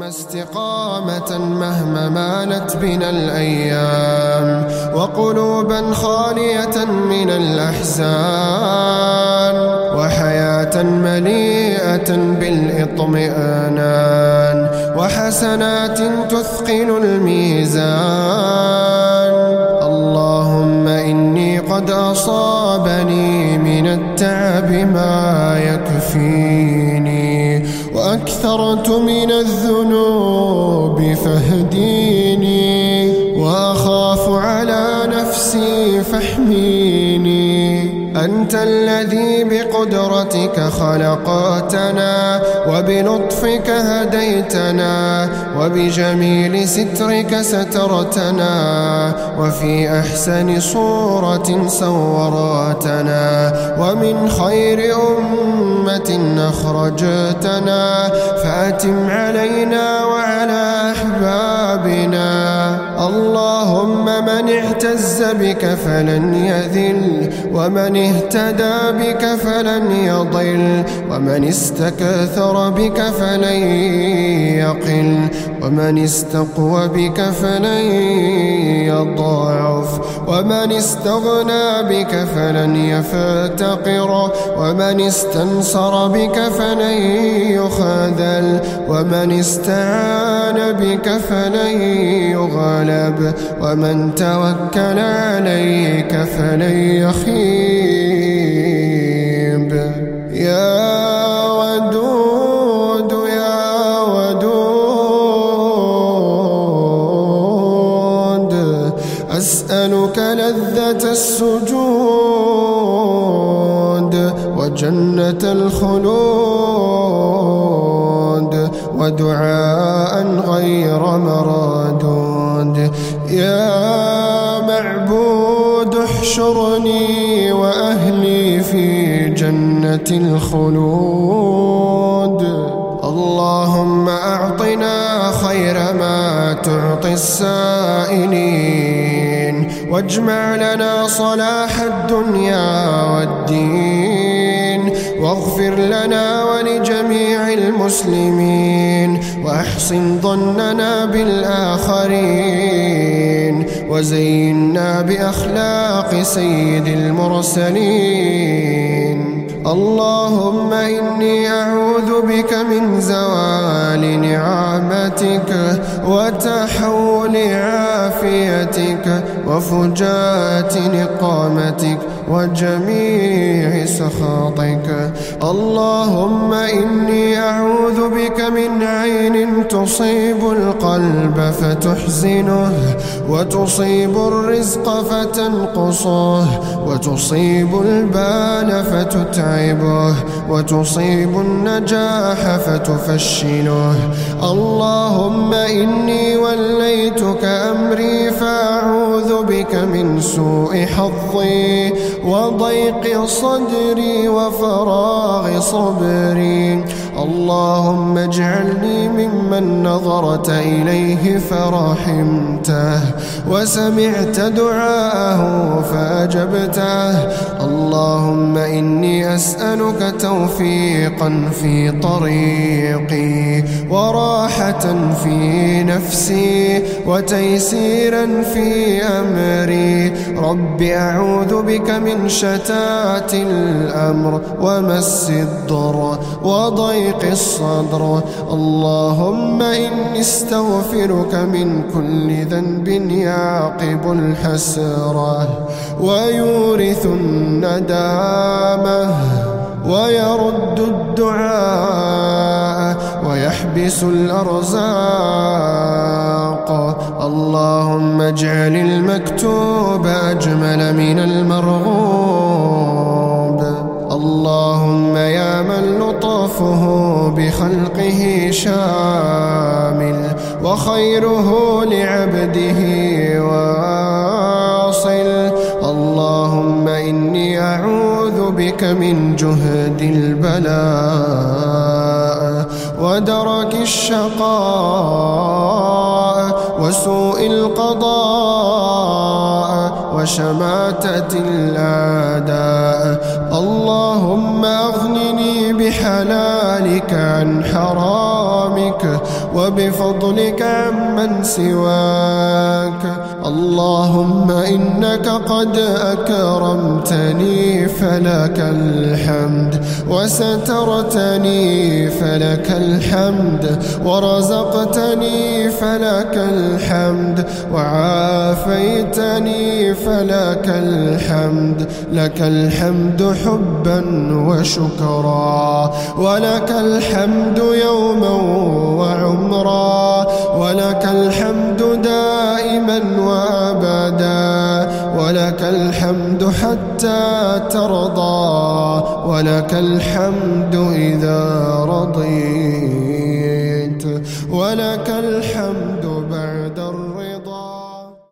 استقامة مهما مالت بنا الأيام، وقلوبا خالية من الأحزان، وحياة مليئة بالإطمئنان، وحسنات تثقل الميزان. اللهم إني قد أصابني من التعب ما يكفيني، وأكثرت من الذنوب فاهديني، وأخاف على نفسي فاحميني. أنت الذي بقدرتك خلقتنا، وبلطفك هديتنا، وبجميل سترك سترتنا، وفي أحسن صورة صورتنا، ومن خير أمة أخرجتنا، فأتم علينا وعلى أحبابنا. اللهم من اعتز بك فلن يذل، ومن اهتدى بك فلن يضل، ومن استكثر بك فلن يقل، ومن استقوى بك فلن يضعف، ومن استغنى بك فلن يفتقر، ومن استنصر بك فلن يخذل، ومن استعان بك فلن يغلب، ومن توكل عليك فلن يخيب. يا ودود يا ودود، أسألك لذة السجود، وجنة الخلود، ودعاء غير مردود. يا معبود احشرني وأهلي في جنة الخلود. اللهم أعطنا خير ما تعطي السائلين، واجمع لنا صلاح الدنيا والدين، واغفر لنا ولجميع المسلمين، وأحسن ظننا بالآخرين، وزينا بأخلاق سيد المرسلين. اللهم إني أعوذ بك من زوال نعمتك، وتحول عافيتك، وفجاءة نقامتك، وجميع سخطك. اللهم إني أعوذ بك من عين تصيب القلب فتحزنه، وتصيب الرزق فتنقصه، وتصيب البال فتتعبه، وتصيب النجاح فتفشله. اللهم إني وليتك أمري فأعوذ بك من سوء حظي، وضيق صدري، وفراغ صبري. اللهم اجعلني ممن نظرت إليه فرحمته، وسمعت دعاءه فأجبته. اللهم إني أسألك توفيقا في طريقي، وراحة في نفسي، وتيسيرا في أمري. رب أعوذ بك من شتات الأمر، ومس الضر، وضيق الصدر. اللهم إني استغفرك من كل ذنب يعقب الحسرة، ويورث الندامة، ويرد الدعاء، ويحبس الأرزاق. اللهم اجعل المكتوب أجمل من المرغوب. اللهم يا من لطفه بخلقه شامل، وخيره لعبده واصل. اللهم إني أعوذ بك من جهد البلاء، ودرك الشقاء، وسوء القضاء، وشماتة الأعداء. اللهم أغنني بحلالك عن حرامك، رضاك وبفضلك عمن سواك. اللهم إنك قد أكرمتني فلك الحمد، وسترتني فلك الحمد، ورزقتني فلك الحمد، وعافيتني فلك الحمد. لك الحمد حبا وشكرا، ولك الحمد يوما وعمرا، ولك الحمد دائما وأبدا، ولك الحمد حتى ترضى، ولك الحمد إذا رضيت، ولك الحمد